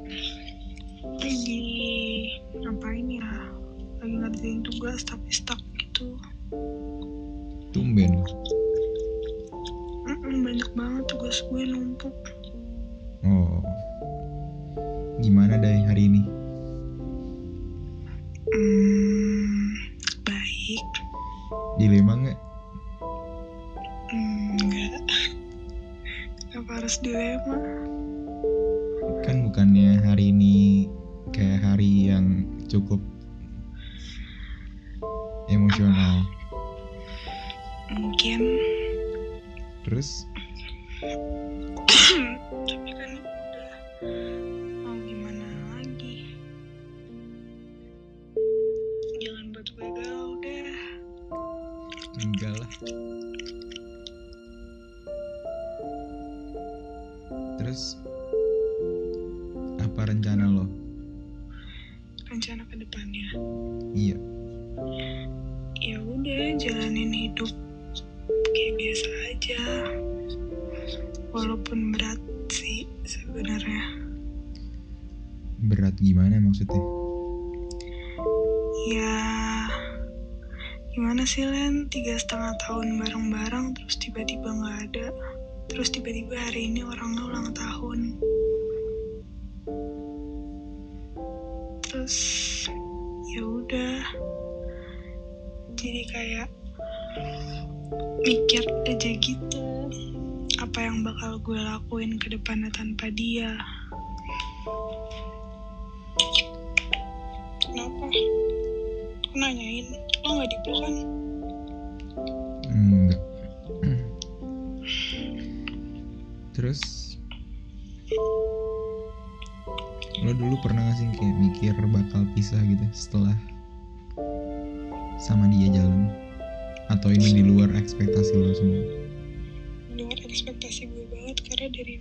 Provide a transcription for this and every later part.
Lagi ngapain ya? Lagi ngerjain tugas tapi stuck gitu. Tumben. Banyak banget tugas gue numpuk. Oh. Gimana Day hari ini? Baik. Dilema nggak? Enggak. Kenapa harus dilema? Kan bukannya hari ini kayak hari yang cukup emosional. Mungkin. Terus? Tapi kan udah mau gimana lagi? Jangan buat gue galau deh. Enggak lah. Terus apa rencana lo? Rencana ke depannya. Iya. Ya udah, jalanin hidup kayak biasa aja. Walaupun berat sih sebenarnya. Berat gimana maksudnya? Ya gimana sih Len, 3,5 tahun bareng-bareng terus tiba-tiba gak ada. Terus tiba-tiba hari ini orangnya ulang tahun. Terus ya udah, jadi kayak mikir aja gitu apa yang bakal gue lakuin ke depannya tanpa dia. Kenapa? Aku nanyain, lo gak dipeluk kan? Enggak. Terus lo dulu pernah gak sih kayak mikir bakal pisah gitu setelah sama dia jalan? Atau ini di luar ekspektasi lo semua? Di luar ekspektasi gue banget, karena dari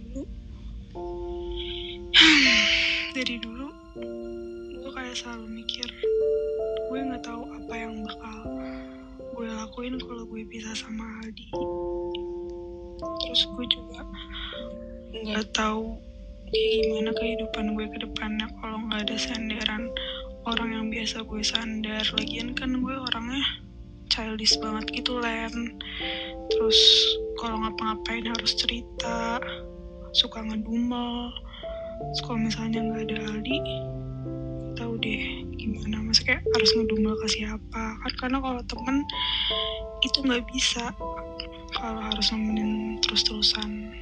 dulu gue kayak selalu mikir gue nggak tahu apa yang bakal gue lakuin kalau gue pisah sama Aldi. Terus gue juga nggak tahu kayak gimana kehidupan gue ke depannya kalau nggak ada sandaran orang yang biasa gue sandar. Lagian kan gue orangnya childish banget gitu Len. Terus kalau ngapa-ngapain harus cerita, suka ngedumel. Terus kalau misalnya nggak ada Aldi, tahu deh gimana, masa kayak harus ngedumel ke siapa kan, karena kalau temen itu nggak bisa kalau harus nemenin terus-terusan.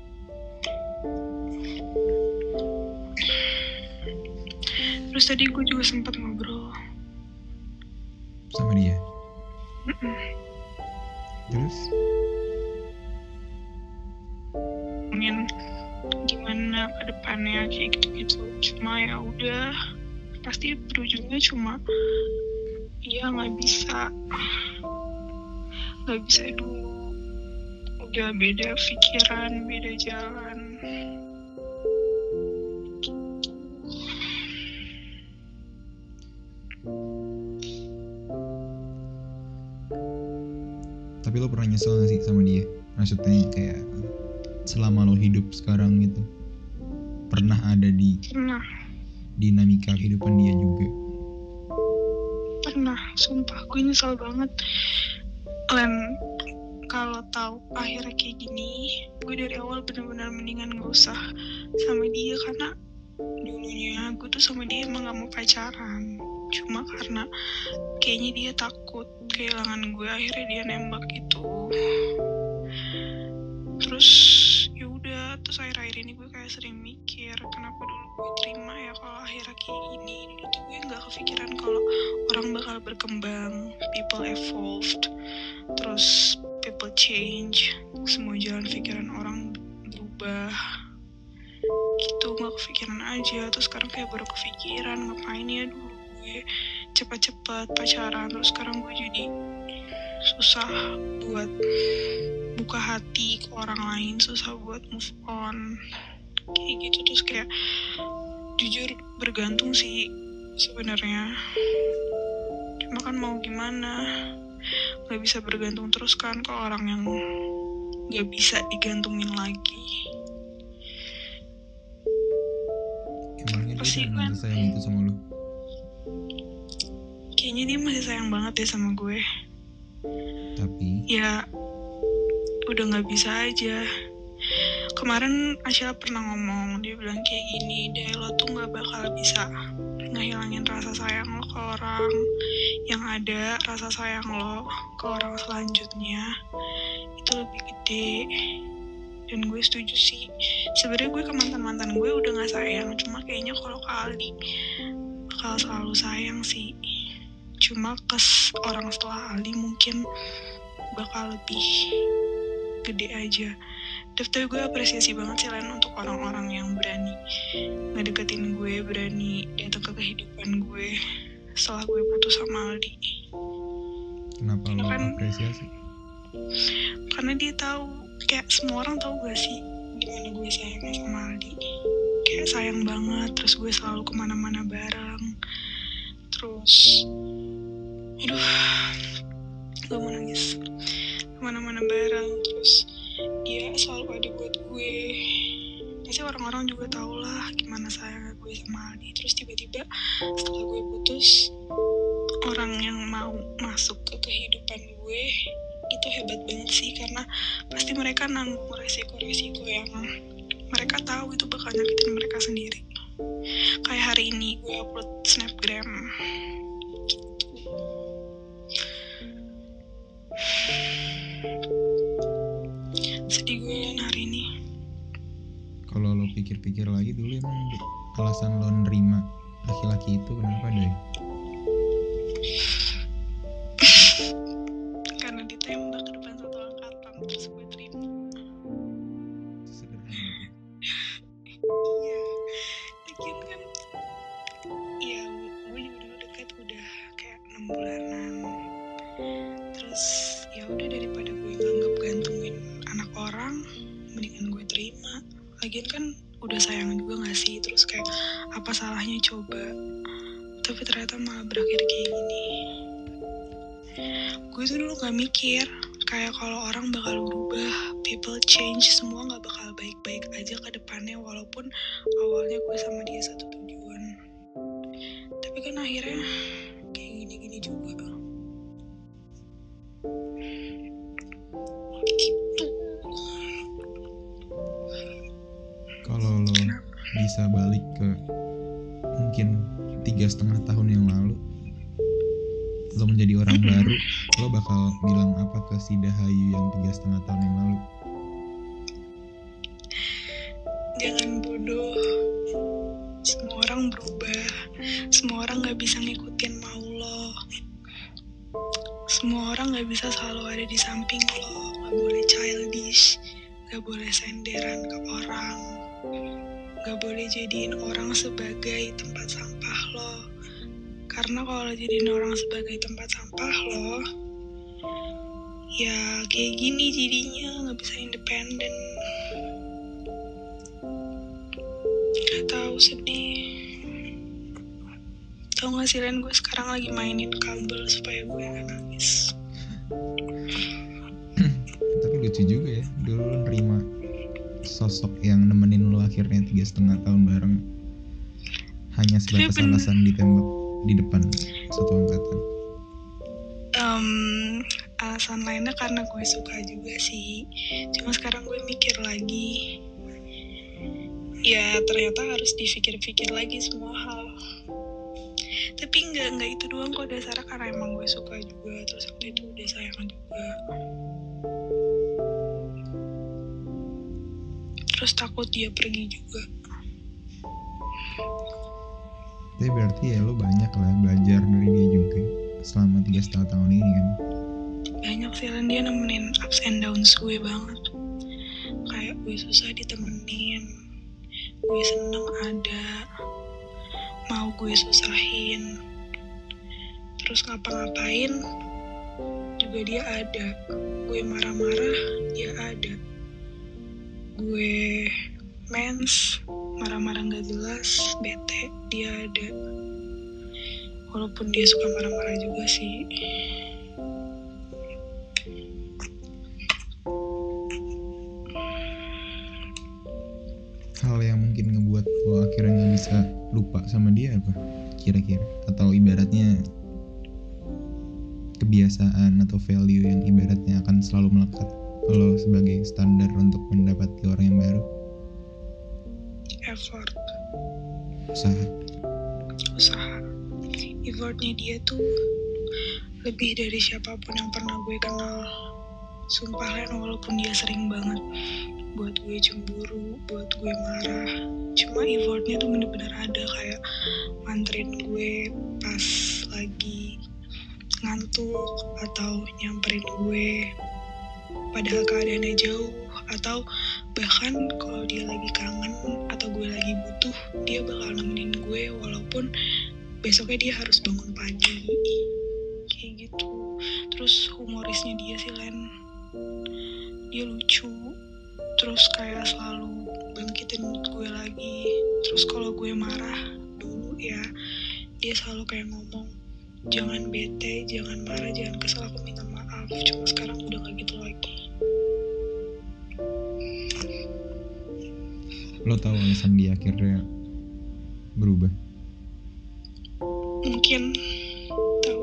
Terus tadi gue juga sempat ngobrol sama dia. Terus ingin gimana ke depannya kayak gitu-gitu, cuma ya udah pasti berujungnya cuma ya nggak bisa dulu, udah beda pikiran, beda jalan. tapi lo pernah nyesel gak sih sama dia? Maksudnya kayak selama lo hidup sekarang gitu, pernah ada di dinamika kehidupan dia juga? Pernah, sumpah gue nyesel banget Len. Kalau tahu akhirnya kayak gini, gue dari awal benar-benar mendingan gak usah sama dia, karena dulunya gue tuh sama dia emang gak mau pacaran, cuma karena kayaknya dia takut kehilangan gue, akhirnya dia nembak gitu. Terus ya udah, terus akhir-akhir ini gue kayak sering mikir kenapa dulu gue terima ya kalau akhirnya kayak gini. Dulu tuh gue nggak kepikiran kalau orang bakal berkembang, people evolved, terus people change, semua jalan pikiran orang berubah gitu, nggak kepikiran aja. Terus sekarang kayak baru kepikiran, ngapain ya dulu gue cepat-cepat pacaran, terus sekarang gue jadi susah buat buka hati ke orang lain, susah buat move on kayak gitu. Terus kayak jujur bergantung sih sebenarnya, cuma kan mau gimana, nggak bisa bergantung terus kan ke orang yang nggak bisa digantungin lagi. dia pasti udah kan nggak sayang itu sama lu? kayaknya dia masih sayang banget ya sama gue. Tapi Ya udah nggak bisa aja. Kemarin Asyla pernah ngomong, dia bilang kayak gini, deh lo tuh nggak bakal bisa ngehilangin rasa sayang lo ke orang. Yang ada rasa sayang lo ke orang selanjutnya itu lebih gede. Dan gue setuju sih. Sebenarnya gue ke mantan gue udah nggak sayang, cuma kayaknya kalau ke Aldi bakal selalu sayang sih. Cuma ke orang setelah Aldi mungkin bakal lebih gede aja. Tapi gue apresiasi banget sih Len untuk orang-orang yang berani ngedeketin gue, berani datang ke kehidupan gue setelah gue putus sama Aldi. kenapa Karena lo kan, apresiasi? karena dia tahu, kayak semua orang tahu gak sih gimana gue sayangnya sama Aldi. Kayak sayang banget, terus gue selalu kemana-mana bareng. Terus, aduh, gue mau nangis. Kemana-mana bareng, terus dia selalu ada buat gue. Pasti orang-orang juga tau lah gimana sayangnya gue sama Aldi. Terus tiba-tiba setelah gue putus, orang yang mau masuk ke kehidupan gue itu hebat banget sih, karena pasti mereka nanggung resiko-resiko yang mereka tahu itu bakal nyakitin mereka sendiri. Kayak hari ini gue upload snapgram gitu. Sedih gue Len hari ini. Kalau lo pikir-pikir lagi dulu, emang alasan lo nerima laki-laki itu kenapa deh? Karena ditembak ke depan satu angkatan, terus gue terima. Sederhana itu. Iya, lagian kan ya gue juga dulu deket udah kayak 6 bulanan. Terus ya udah, daripada gue nganggap gantungin anak orang, mendingan gue terima. Lagian kan udah sayang juga gak sih? Terus kayak apa salahnya coba? Tapi ternyata malah berakhir kayak gini. Gue tuh dulu gak mikir kayak kalau orang bakal berubah, people change, semua gak bakal baik-baik aja ke depannya, walaupun awalnya gue sama dia satu tujuan. Tapi kan akhirnya kayak gini-gini juga. Gitu. Kalau lo bisa balik ke mungkin 3,5 tahun yang lalu, lo menjadi orang baru, lo bakal bilang apa ke si Dahayu yang 3,5 tahun yang lalu? Jangan bodoh. Semua orang berubah. Semua orang gak bisa ngikutin mau lo. Semua orang gak bisa selalu ada di samping lo. Gak boleh childish, gak boleh senderan ke orang, gak boleh jadiin orang sebagai tempat sampah lo. Karena kalau jadiin orang sebagai tempat sampah lo, ya kayak gini jadinya, gak bisa independen. Gak tahu, sedih. Tau gak sih Len, gue sekarang lagi mainin kabel supaya gue gak nangis. Tapi lucu juga ya, dulu lo nerima sosok yang nemenin lo akhirnya 3,5 tahun bareng hanya sebatas alasan ditembak di depan satu angkatan. Alasan lainnya karena gue suka juga sih. Cuma sekarang gue mikir lagi, ya ternyata harus dipikir-pikir lagi semua hal. Tapi nggak itu doang kok dasarnya, karena emang gue suka juga. Terus waktu itu udah sayang juga. Terus takut dia pergi juga. Tapi berarti ya lo banyak lah belajar dari dia juga selama 3,5 tahun ini kan? Banyak sih Len, dia nemenin ups and downs gue banget. Kayak gue susah ditemenin, gue seneng ada, mau gue susahin, terus ngapa-ngapain juga dia ada. Gue marah-marah, dia ada. Gue mens, marah-marah gak jelas, bete, dia ada. Walaupun dia suka marah-marah juga sih. Hal yang mungkin ngebuat lo akhirnya gak bisa lupa sama dia apa kira-kira? Atau ibaratnya kebiasaan atau value yang ibaratnya akan selalu melekat kalau sebagai standar untuk mendapati orang yang baru? Effort, Usaha. effortnya dia tuh lebih dari siapapun yang pernah gue kenal. Sumpah Len, walaupun dia sering banget buat gue cemburu, buat gue marah, cuma effortnya tuh bener-bener ada, kayak nganterin gue pas lagi ngantuk, atau nyamperin gue padahal keadaannya jauh, atau bahkan kalau dia lagi kangen atau gue lagi butuh, dia bakal nemenin gue walaupun besoknya dia harus bangun pagi, kayak gitu. Terus humorisnya dia sih Len, dia lucu, terus kayak selalu bangkitin mood gue lagi. Terus kalau gue marah dulu ya, dia selalu kayak ngomong, jangan bete, jangan marah, jangan kesel, aku minta maaf. Cuma sekarang udah gak gitu lagi. Lo tahu alasan dia akhirnya berubah? Mungkin tahu,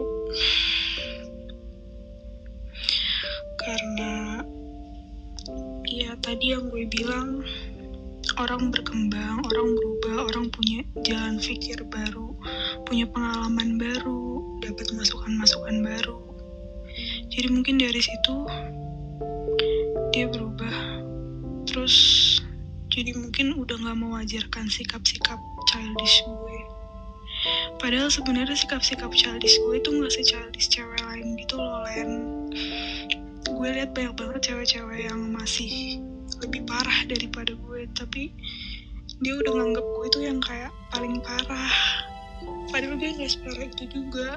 karena ya tadi yang gue bilang, orang berkembang, orang berubah, orang punya jalan pikir baru, punya pengalaman baru, dapat masukan-masukan baru. Jadi mungkin dari situ dia berubah. Terus jadi mungkin udah gak mewajarkan sikap-sikap childish gue. Padahal sebenarnya sikap-sikap childish gue itu gak se-childish cewek lain gitu loh Len. Gue lihat banyak banget cewek-cewek yang masih lebih parah daripada gue, tapi dia udah nganggep gue tuh yang kayak paling parah. Padahal gue gak separah itu juga.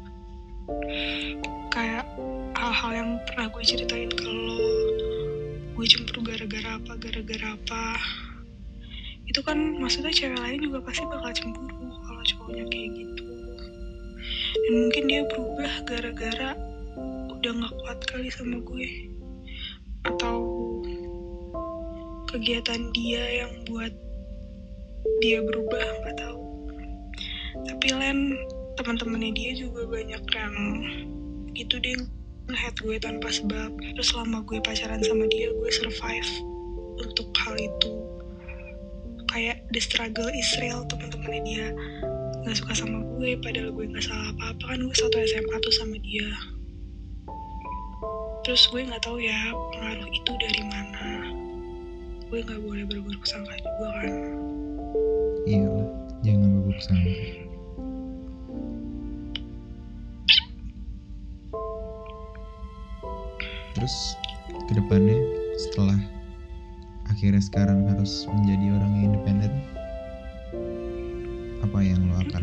Kayak hal-hal yang pernah gue ceritain ke lo, gue cemburu gara-gara apa, itu kan maksudnya cewek lain juga pasti bakal cemburu kalau cowoknya kayak gitu. Dan mungkin dia berubah gara-gara udah gak kuat kali sama gue, atau kegiatan dia yang buat dia berubah, gak tahu. Tapi Len, teman-temannya dia juga banyak yang gitu deh, nge-hate gue tanpa sebab. Terus selama gue pacaran sama dia, gue survive untuk hal itu. Kayak the struggle is real. Teman-temannya dia gak suka sama gue, padahal gue gak salah apa-apa. Kan gue satu SMA tuh sama dia. Terus gue gak tahu ya pengaruh itu dari mana. Gue gak boleh berburuk sangka juga kan. Iya, jangan berburuk sangka. Terus kedepannya setelah akhirnya sekarang harus menjadi orang yang independen, apa yang lo akan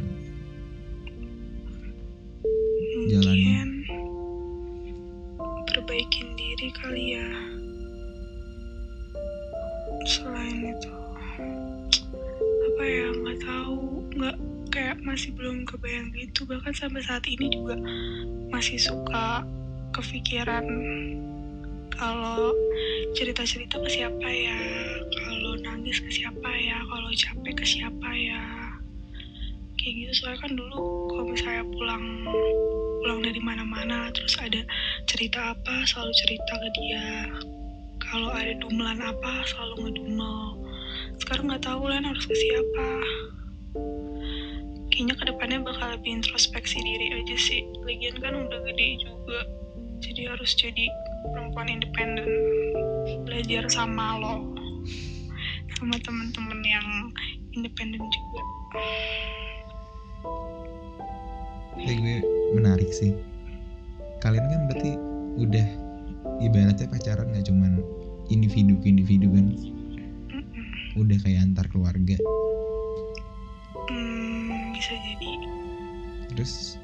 jalani? Mungkin perbaikin diri kali ya. Selain itu apa ya, nggak tahu, nggak, kayak masih belum kebayang gitu. Bahkan sampai saat ini juga masih suka kepikiran kalau cerita-cerita ke siapa ya, kalau nangis ke siapa ya, kalau capek ke siapa ya, kayak gitu. Soalnya kan dulu kalau misalnya pulang dari mana-mana terus ada cerita apa, selalu cerita ke dia. Kalau ada dumelan apa, selalu ngedumel. Sekarang nggak tahu Len harus ke siapa. Kayaknya kedepannya bakal lebih introspeksi diri aja sih. Lagian kan udah gede juga, jadi harus jadi perempuan independen. Belajar sama lo, sama temen-temen yang independen juga. Gue menarik sih. Kalian kan berarti udah ibaratnya pacaran gak cuman individu ke individu kan. Udah kayak antar keluarga. Bisa jadi. Terus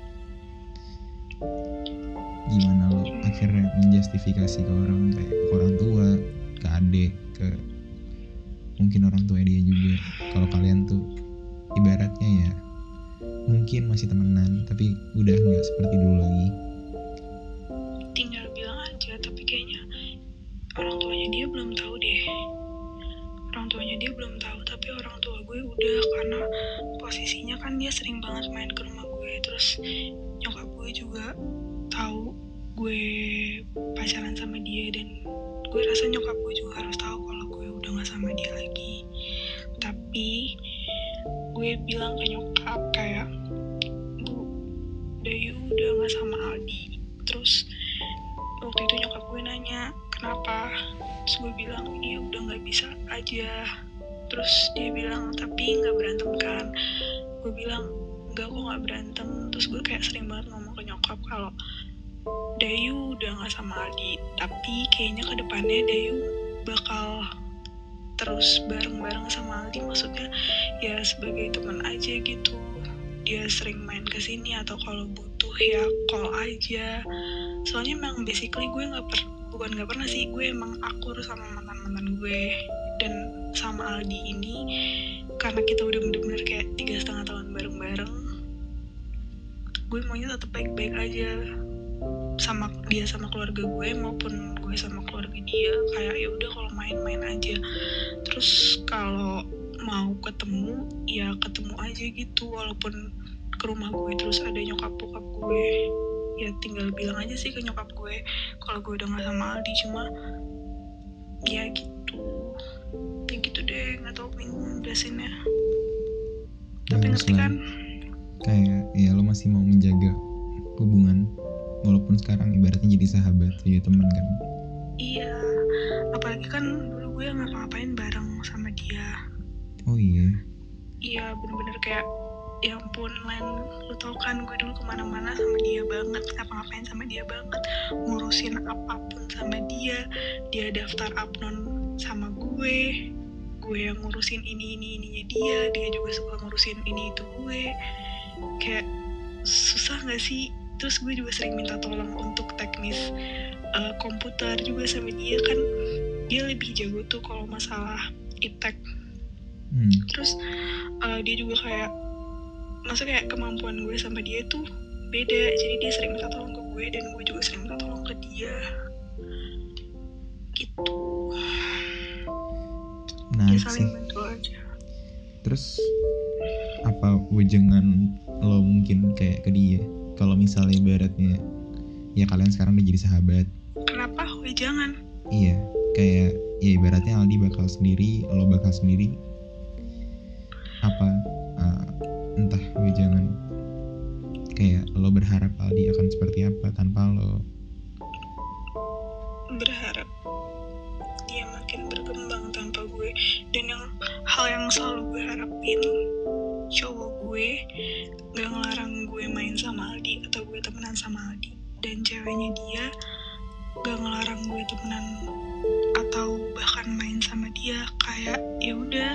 gimana lo akhirnya menjustifikasi ke orang, kayak ke orang tua, ke adik, ke mungkin orang tua dia juga, kalau kalian tuh ibaratnya ya mungkin masih temenan tapi udah nggak seperti dulu lagi? Tinggal bilang aja, tapi kayaknya orang tuanya dia belum tahu deh. Orang tuanya dia belum tahu, tapi orang tua gue udah. udah, karena posisinya kan dia sering banget main ke rumah gue, terus nyokap gue juga tahu gue pacaran sama dia, dan gue rasa nyokap gue juga harus tahu kalau gue udah gak sama dia lagi. Tapi gue bilang ke nyokap kayak, Bu, Dayu udah gak sama Aldi. Terus waktu itu nyokap gue nanya kenapa, terus gue bilang dia udah gak bisa aja. Terus dia bilang tapi gak berantem kan? Gue bilang enggak kok, gak berantem. Terus gue kayak sering banget ngomong ke nyokap kalau Dayu udah gak sama Aldi, tapi kayaknya ke depannya Dayu bakal terus bareng-bareng sama Aldi. Maksudnya ya sebagai teman aja gitu, dia sering main kesini atau kalau butuh ya call aja. Soalnya emang basically gue bukan gak pernah sih, gue emang akur sama mantan-mantan gue. Dan sama Aldi ini, karena kita udah bener-bener kayak 3,5 tahun bareng-bareng, gue maunya tetap baik-baik aja sama dia, sama keluarga gue maupun gue sama keluarga dia. Kayak ya udah kalau main-main aja, terus kalau mau ketemu ya ketemu aja gitu, walaupun ke rumah gue terus ada nyokap bokap gue, ya tinggal bilang aja sih ke nyokap gue kalau gue udah gak sama Aldi. Cuma ya gitu deh, nggak tahu bingung jelasinnya. Tapi ngerti kan? Kayak ya lo masih mau menjaga hubungan walaupun sekarang ibaratnya jadi sahabat, jadi teman kan. Iya, apalagi kan dulu gue ngapa-ngapain bareng sama dia. Oh iya. Iya, bener-bener kayak ya ampun Len, lo tau kan gue dulu kemana-mana sama dia banget, ngapa-ngapain sama dia banget, ngurusin apapun sama dia daftar abnon sama gue yang ngurusin ininya dia juga suka ngurusin ini itu gue. Kayak susah gak sih? Terus gue juga sering minta tolong untuk teknis komputer juga sama dia, kan dia lebih jago tuh kalau masalah iptek. Terus dia juga kayak, maksudnya kayak kemampuan gue sama dia tuh beda, jadi dia sering minta tolong ke gue dan gue juga sering minta tolong ke dia gitu. Nah, ya saling bantu aja. Terus apa wejangan lo mungkin kayak ke dia kalau misalnya ibaratnya ya kalian sekarang udah jadi sahabat? Kenapa wejangan? Iya, kayak ya ibaratnya Aldi bakal sendiri, lo bakal sendiri, apa entah wejangan kayak lo berharap Aldi akan seperti apa tanpa lo? Berharap dia makin berkembang tanpa gue, dan hal yang selalu gue harapin, cowok gue gak ngelarang gue main sama Aldi atau gue temenan sama Aldi, dan ceweknya dia gak ngelarang gue temenan atau bahkan main sama dia. Kayak ya udah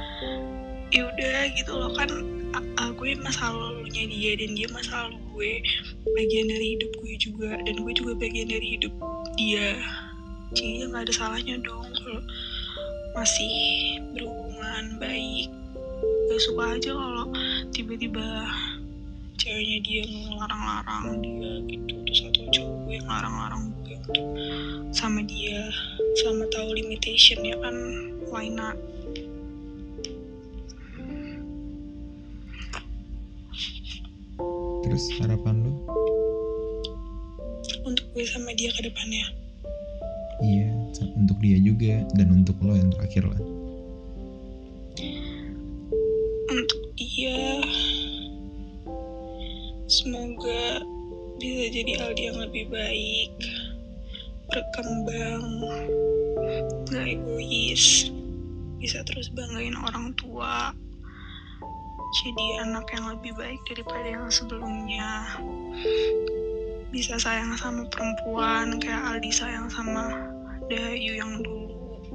gitu loh kan. Gue masa lalunya dia dan dia masa lalu gue, bagian dari hidup gue juga, dan gue juga bagian dari hidup dia. Jadi gak ada salahnya dong kalau masih berhubungan baik. Gak suka aja kalau tiba-tiba ceweknya dia ngelarang-larang dia gitu, terus atau cowok gue ngelarang-larang gue untuk sama dia selama tahu limitation ya kan, why not? Terus harapan lo? Untuk gue sama dia ke depannya? Iya, untuk dia juga dan untuk lo yang terakhir lah. Untuk dia, semoga bisa jadi Aldi yang lebih baik, berkembang, gak egois, bisa terus banggain orang tua, jadi anak yang lebih baik daripada yang sebelumnya, bisa sayang sama perempuan kayak Aldi sayang sama Dayu yang dulu.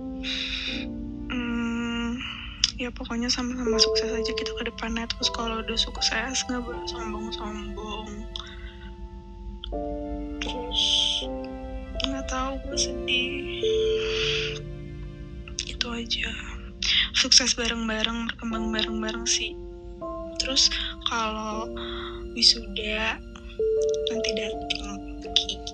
Ya pokoknya sama-sama sukses aja kita ke depannya. Terus kalau udah sukses gak boleh sombong-sombong. Terus gak tahu, gue sedih. Itu aja. Sukses bareng-bareng, berkembang bareng-bareng sih. Terus kalau wisuda nanti datang gitu.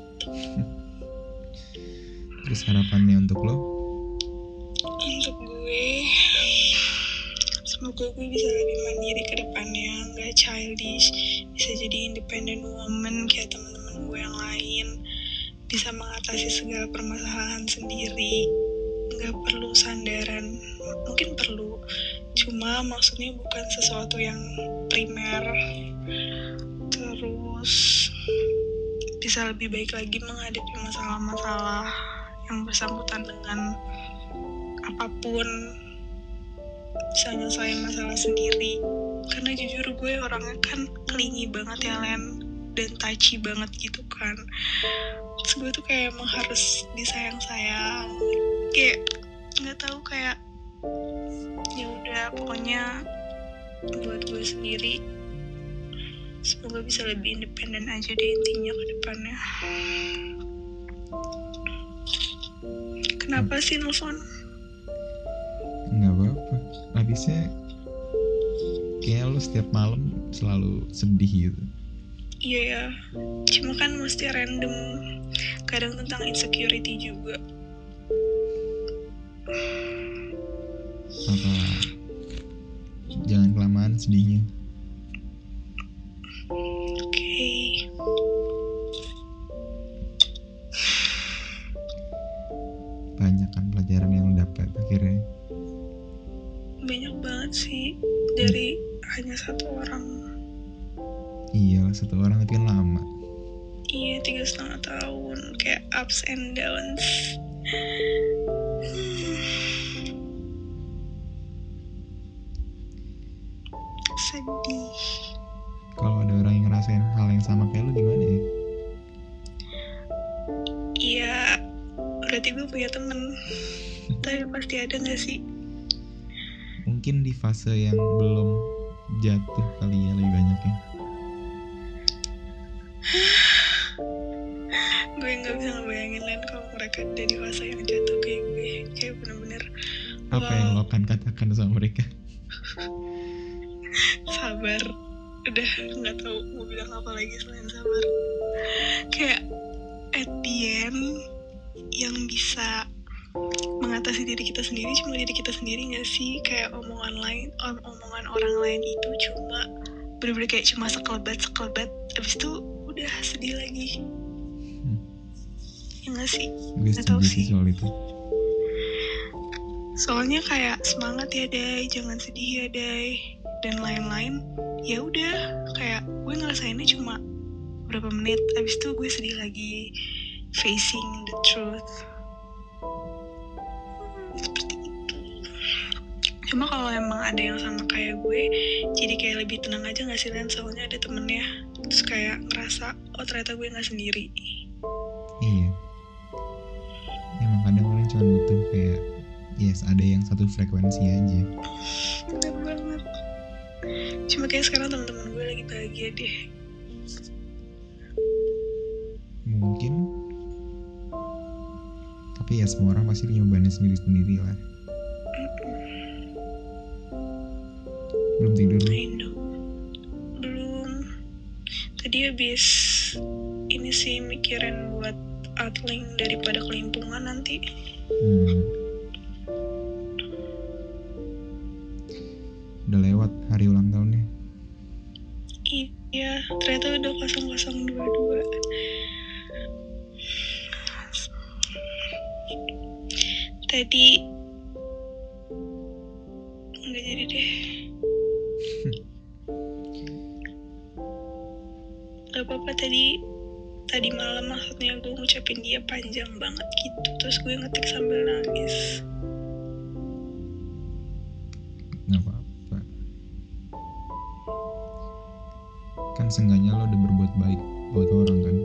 Terus harapannya untuk lo? Untuk gue, Semoga gue bisa lebih mandiri ke depannya, nggak childish, bisa jadi independent woman kayak teman-teman gue yang lain, bisa mengatasi segala permasalahan sendiri, nggak perlu sandaran. Mungkin perlu, cuma maksudnya bukan sesuatu yang primer. Terus bisa lebih baik lagi menghadapi masalah-masalah yang bersangkutan dengan apapun, bisa nyelesain masalah sendiri. Karena jujur gue orangnya kan clingy banget ya Len, dan touchy banget gitu kan. Terus gue tuh kayak emang harus disayang-sayang, kayak nggak tahu, kayak ya udah pokoknya buat gue sendiri. Semoga bisa lebih independen aja deh intinya ke depannya. Kenapa sih nelfon? Nggak apa-apa. Habisnya kayak lu setiap malam selalu sedih gitu. Iya ya, cuma kan mesti random. Kadang tentang insecurity juga. Apa? Jangan kelamaan sedihnya. Oke. Banyak kan pelajaran yang lu dapat akhirnya. Banyak banget sih, dari hanya satu orang. Iya, satu orang tapi kan lama. Iya, 3,5 tahun, kayak ups and downs. Sedih. Kalau ada orang yang ngerasain hal yang sama kayak lu gimana ya? Iya, berarti gue punya temen. Tapi pasti ada gak sih? Mungkin di fase yang belum jatuh kali ya lebih banyaknya. Gue gak bisa ngebayangin Len kalau mereka ada di fase yang jatuh kayak gue. Kayak bener-bener Apa yang lo akan katakan sama mereka? sabar. Udah gak tahu mau bilang apa lagi selain sabar. Kayak at the end yang bisa mengatasi diri kita sendiri cuma diri kita sendiri gak sih? Kayak omongan orang lain itu cuma bener-bener kayak cuma sekelebat abis itu udah sedih lagi. Ya gak sih? Gue setuju sih soal itu. Soalnya kayak semangat ya Day, jangan sedih ya Day, dan lain-lain. Ya udah, kayak gue ngerasainnya cuma berapa menit, abis itu gue sedih lagi, facing the truth. Seperti itu. Cuma kalau emang ada yang sama kayak gue, jadi kayak lebih tenang aja gak sih Len? Soalnya ada temennya, terus kayak ngerasa, oh ternyata gue gak sendiri. Iya. Emang kadang orang cuma butuh kayak yes, ada yang satu frekuensi aja. Bener banget. Cuma kayak sekarang teman-teman gue lagi bahagia deh. Mungkin. Tapi ya semua orang pasti punya bebannya sendiri-sendiri lah. Belum tidur lu? Belum. Tadi habis ini sih mikirin buat outlink daripada kelimpungan nanti. Udah lewat hari ulang tahunnya. Iya, ternyata udah 0022. Tadi nggak jadi deh. Gak apa-apa, tadi malam maksudnya gue ngucapin dia panjang banget gitu, terus gue ngetik sambil nangis. Gak apa-apa. Kan seenggaknya lo udah berbuat baik buat orang kan.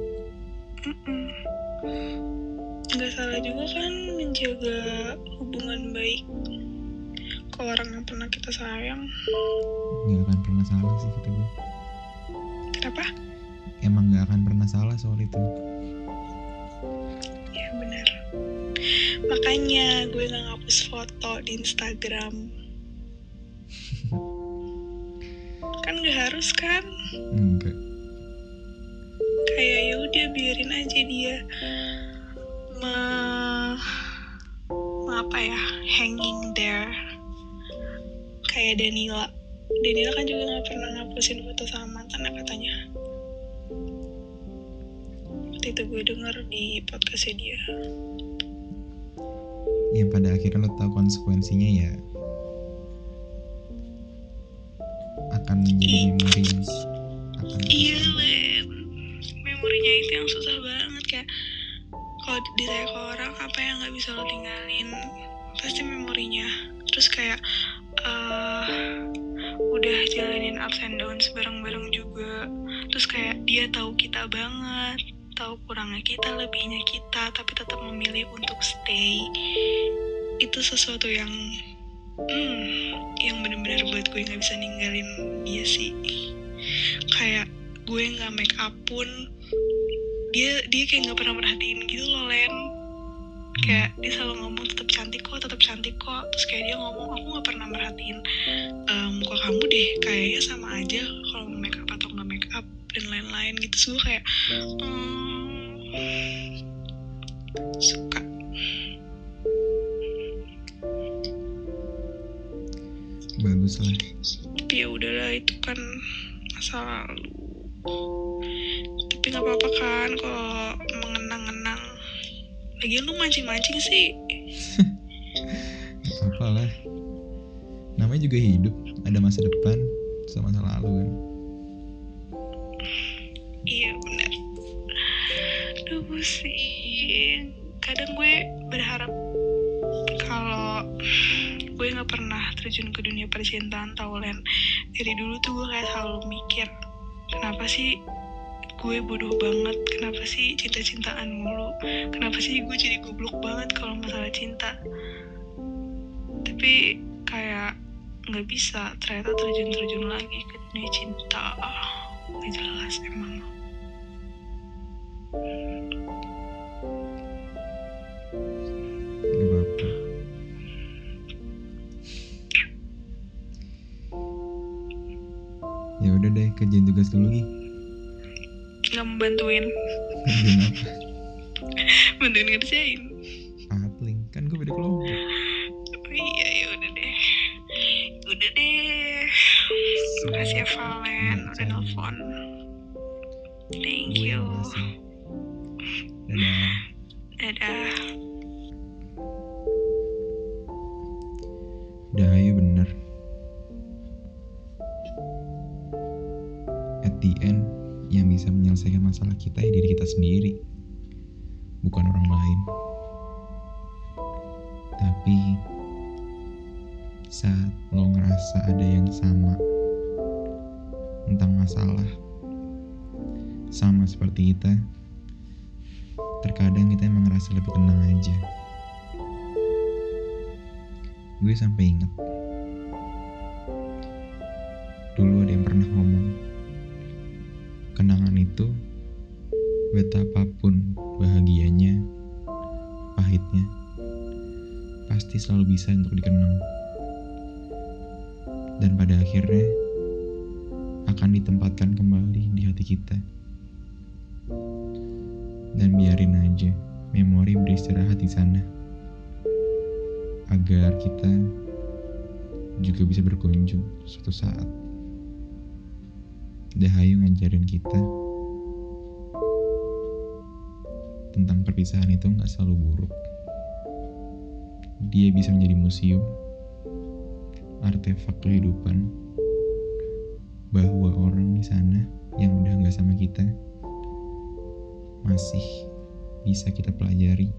Gak salah juga kan menjaga hubungan baik ke orang yang pernah kita sayang. Gak akan pernah salah sih kata gue. Kenapa? Emang gak akan pernah salah soal itu. Ya benar. Makanya gue gak ngapus foto di Instagram. Kan gak harus kan? Enggak. Kayak ya udah biarin aja dia hanging there. Kayak Danila kan juga nggak pernah ngapusin foto sama mantan katanya. Waktu itu gue denger di podcastnya dia. Yang pada akhirnya lo tahu konsekuensinya ya akan menjadi memori yang akan iya men, memorinya itu yang susah banget. Kayak kalau ditanya ke orang apa yang nggak bisa lo tinggalin, pasti memorinya. Terus kayak udah jalanin ups and downs bareng-bareng juga. Terus kayak dia tahu kita banget, tahu kurangnya kita, lebihnya kita, tapi tetap memilih untuk stay. Itu sesuatu yang benar-benar buat gue nggak bisa ninggalin dia sih. Kayak gue nggak make up pun dia kayak nggak pernah merhatiin gitu loh, Len. Kayak dia selalu ngomong tetap cantik kok. Terus kayak dia ngomong, aku nggak pernah merhatiin muka kamu deh, kayaknya sama aja kalau mau make up atau nggak make up dan lain-lain gitu. So kayak suka. bagus lah. Tapi ya udahlah, itu kan masa lalu. Tapi nggak apa-apa kan kalau mengenang-enang. Lagian lu mancing-mancing sih. Gak apa-apa lah, namanya juga hidup, ada masa depan sama masa lalu kan. Iya benar. Aduh pusing. Kadang gue berharap kalau gue nggak pernah terjun ke dunia percintaan, tau Len. Dari dulu tuh gue kayak selalu mikir, kenapa sih gue bodoh banget, kenapa sih cinta-cintaan mulu, kenapa sih gue jadi goblok banget kalau masalah cinta. Tapi kayak nggak bisa ternyata terjun lagi ke dunia cinta. Nggak jelas emang. Gak apa-apa. Ya udah deh, kerjain tugas dulu Gi. Nggak mau bantuin. Kerjain apa? Bantuin ngerjain. Atling, kan gue beda kelompok. Oh iya, ya udah deh. Makasih ya Valen, udah nelfon. Thank Gue you. makasih. Dadah. Dadah. Dahayu bener. At the end, yang bisa menyelesaikan masalah kita ya diri kita sendiri, bukan orang lain. Tapi saat lo ngerasa ada yang sama tentang masalah, sama seperti kita, terkadang kita emang ngerasa lebih tenang aja. Gue sampai inget dulu ada yang pernah ngomong, kenangan itu betapapun bahagianya, pahitnya, pasti selalu bisa untuk dikenang. Dan pada akhirnya akan ditempatkan kembali di hati kita. Dan biarin aja memori beristirahat di sana, agar kita juga bisa berkunjung suatu saat. Dahayu ngajarin kita tentang perpisahan itu gak selalu buruk. Dia bisa menjadi museum, artefak kehidupan, bahwa orang di sana yang udah gak sama kita masih bisa kita pelajari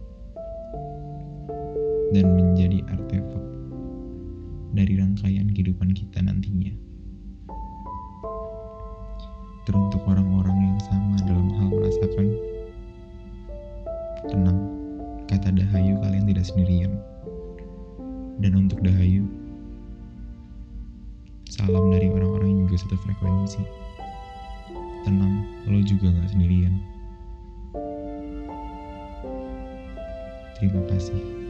dan menjadi artefak dari rangkaian kehidupan kita nantinya. Teruntuk orang-orang yang sama dalam hal merasakan, tenang, kata Dahayu, kalian tidak sendirian. Dan untuk Dahayu, salam dari orang-orang yang juga satu frekuensi. Tenang, lo juga gak sendirian. Terima kasih.